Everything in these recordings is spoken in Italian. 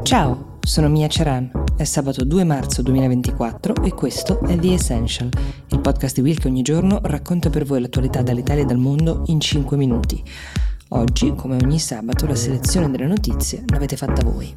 Ciao, sono Mia Ceran, è sabato 2 marzo 2024 e questo è The Essential, il podcast di Will che ogni giorno racconta per voi l'attualità dall'Italia e dal mondo in 5 minuti. Oggi, come ogni sabato, la selezione delle notizie l'avete fatta voi.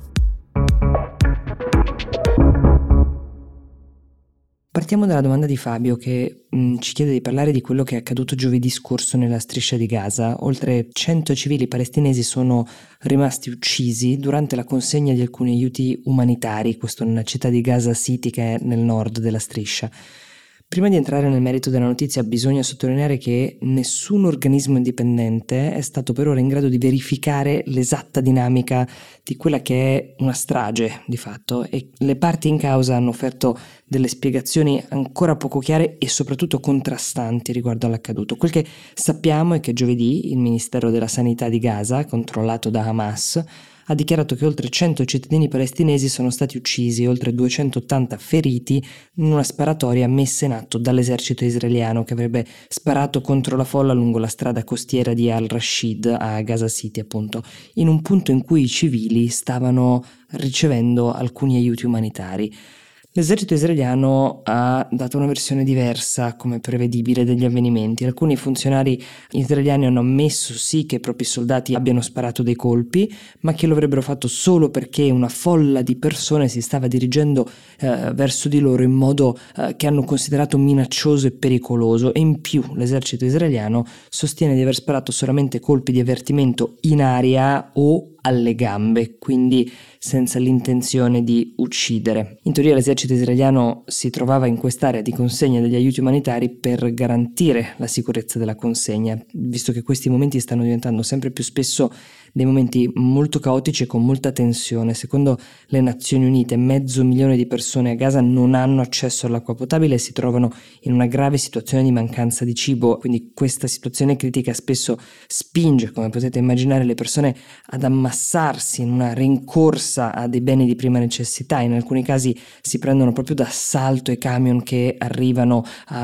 Partiamo dalla domanda di Fabio che ci chiede di parlare di quello che è accaduto giovedì scorso nella striscia di Gaza. Oltre 100 civili palestinesi sono rimasti uccisi durante la consegna di alcuni aiuti umanitari, questo nella città di Gaza City che è nel nord della striscia. Prima di entrare nel merito della notizia bisogna sottolineare che nessun organismo indipendente è stato per ora in grado di verificare l'esatta dinamica di quella che è una strage di fatto, e le parti in causa hanno offerto delle spiegazioni ancora poco chiare e soprattutto contrastanti riguardo all'accaduto. Quel che sappiamo è che giovedì il Ministero della Sanità di Gaza, controllato da Hamas, ha dichiarato che oltre 100 cittadini palestinesi sono stati uccisi e oltre 280 feriti in una sparatoria messa in atto dall'esercito israeliano che avrebbe sparato contro la folla lungo la strada costiera di Al-Rashid a Gaza City, appunto, in un punto in cui i civili stavano ricevendo alcuni aiuti umanitari. L'esercito israeliano ha dato una versione diversa, come prevedibile, degli avvenimenti. Alcuni funzionari israeliani hanno ammesso sì che i propri soldati abbiano sparato dei colpi, ma che lo avrebbero fatto solo perché una folla di persone si stava dirigendo verso di loro in modo che hanno considerato minaccioso e pericoloso, e in più l'esercito israeliano sostiene di aver sparato solamente colpi di avvertimento in aria o alle gambe, quindi senza l'intenzione di uccidere. In teoria l'esercito israeliano si trovava in quest'area di consegna degli aiuti umanitari per garantire la sicurezza della consegna, visto che questi momenti stanno diventando sempre più spesso dei momenti molto caotici e con molta tensione. Secondo le Nazioni Unite, 500.000 di persone a Gaza non hanno accesso all'acqua potabile e si trovano in una grave situazione di mancanza di cibo, quindi questa situazione critica spesso spinge, come potete immaginare, le persone ad ammassarsi in una rincorsa a dei beni di prima necessità. In alcuni casi si prendono proprio d'assalto i camion che arrivano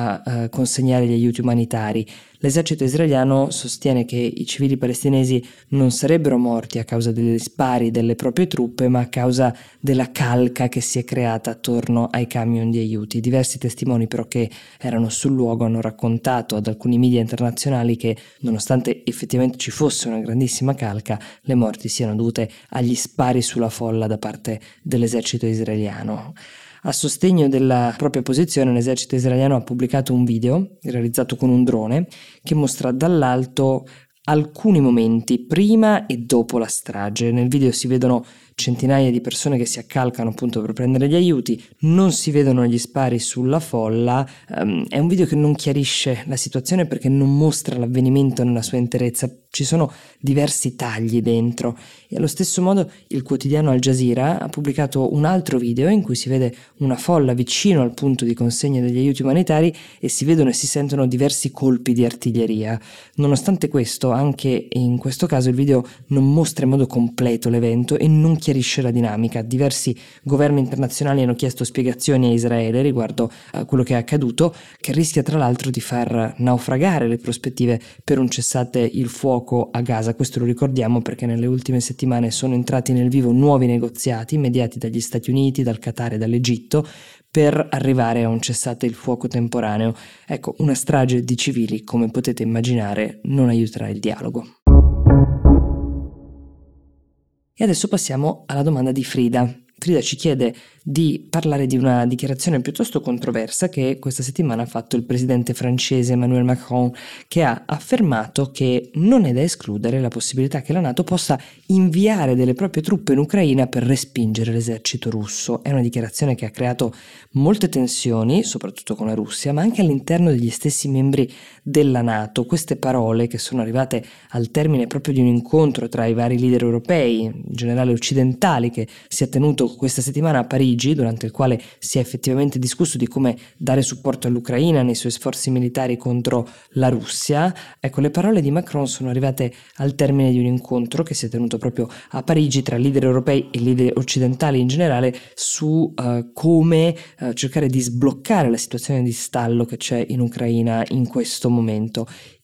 a consegnare gli aiuti umanitari. L'esercito israeliano sostiene che i civili palestinesi non sarebbero morti a causa degli spari delle proprie truppe, ma a causa della calca che si è creata attorno ai camion di aiuti. Diversi testimoni però che erano sul luogo hanno raccontato ad alcuni media internazionali che, nonostante effettivamente ci fosse una grandissima calca, le morti siano dovute agli spari sulla folla da parte dell'esercito israeliano. A sostegno della propria posizione, l'esercito israeliano ha pubblicato un video realizzato con un drone che mostra dall'alto alcuni momenti prima e dopo la strage. Nel video si vedono centinaia di persone che si accalcano appunto per prendere gli aiuti, non si vedono gli spari sulla folla. È un video che non chiarisce la situazione perché non mostra l'avvenimento nella sua interezza, ci sono diversi tagli dentro, e allo stesso modo il quotidiano Al Jazeera ha pubblicato un altro video in cui si vede una folla vicino al punto di consegna degli aiuti umanitari e si vedono e si sentono diversi colpi di artiglieria. Nonostante questo, anche in questo caso il video non mostra in modo completo l'evento e non chiarisce la dinamica. Diversi governi internazionali hanno chiesto spiegazioni a Israele riguardo a quello che è accaduto, che rischia tra l'altro di far naufragare le prospettive per un cessate il fuoco a Gaza. Questo lo ricordiamo perché nelle ultime settimane sono entrati nel vivo nuovi negoziati mediati dagli Stati Uniti, dal Qatar e dall'Egitto per arrivare a un cessate il fuoco temporaneo. Ecco, una strage di civili, come potete immaginare, non aiuterà il dialogo. E adesso passiamo alla domanda di Frida. Frida ci chiede di parlare di una dichiarazione piuttosto controversa che questa settimana ha fatto il presidente francese Emmanuel Macron, che ha affermato che non è da escludere la possibilità che la NATO possa inviare delle proprie truppe in Ucraina per respingere l'esercito russo. È una dichiarazione che ha creato molte tensioni, soprattutto con la Russia, ma anche all'interno degli stessi membri della NATO. Queste parole, che sono arrivate al termine proprio di un incontro tra i vari leader europei, in generale occidentali, che si è tenuto questa settimana a Parigi, durante il quale si è effettivamente discusso di come dare supporto all'Ucraina nei suoi sforzi militari contro la Russia. Ecco, le parole di Macron sono arrivate al termine di un incontro che si è tenuto proprio a Parigi tra leader europei e leader occidentali in generale su come cercare di sbloccare la situazione di stallo che c'è in Ucraina in questo momento.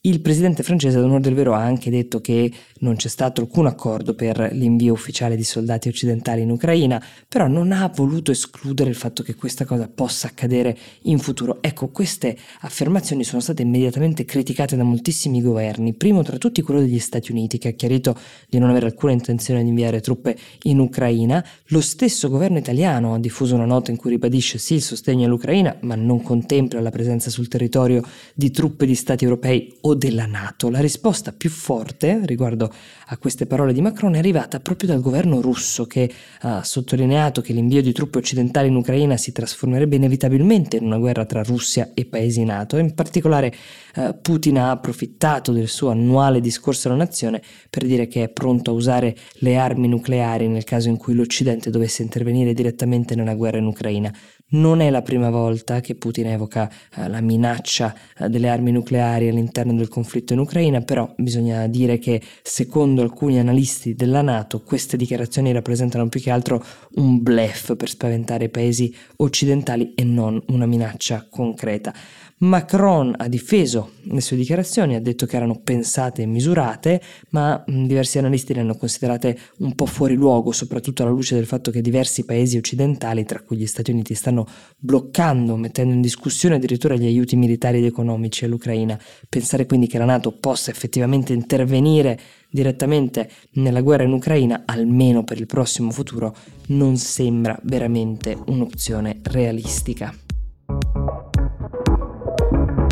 Il presidente francese, ad onor del vero, ha anche detto che non c'è stato alcun accordo per l'invio ufficiale di soldati occidentali in Ucraina, però non ha voluto escludere il fatto che questa cosa possa accadere in futuro. Ecco, queste affermazioni sono state immediatamente criticate da moltissimi governi, primo tra tutti quello degli Stati Uniti, che ha chiarito di non avere alcuna intenzione di inviare truppe in Ucraina. Lo stesso governo italiano ha diffuso una nota in cui ribadisce sì il sostegno all'Ucraina, ma non contempla la presenza sul territorio di truppe di stati europei o della NATO. La risposta più forte riguardo a queste parole di Macron è arrivata proprio dal governo russo, che ha sottolineato che l'invio di truppe occidentali in Ucraina si trasformerebbe inevitabilmente in una guerra tra Russia e paesi NATO. In particolare Putin ha approfittato del suo annuale discorso alla nazione per dire che è pronto a usare le armi nucleari nel caso in cui l'Occidente dovesse intervenire direttamente nella guerra in Ucraina. Non è la prima volta che Putin evoca la minaccia delle armi nucleari all'interno del conflitto in Ucraina, però bisogna dire che secondo alcuni analisti della NATO queste dichiarazioni rappresentano più che altro un bluff per spaventare i paesi occidentali e non una minaccia concreta. Macron ha difeso le sue dichiarazioni, ha detto che erano pensate e misurate, ma diversi analisti le hanno considerate un po' fuori luogo, soprattutto alla luce del fatto che diversi paesi occidentali, tra cui gli Stati Uniti, stanno bloccando, mettendo in discussione addirittura gli aiuti militari ed economici all'Ucraina. Pensare quindi che la NATO possa effettivamente intervenire direttamente nella guerra in Ucraina, almeno per il prossimo futuro, non sembra veramente un'opzione realistica.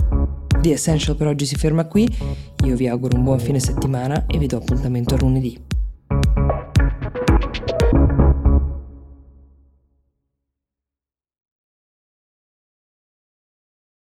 The Essential per oggi si ferma qui, io vi auguro un buon fine settimana e vi do appuntamento a lunedì.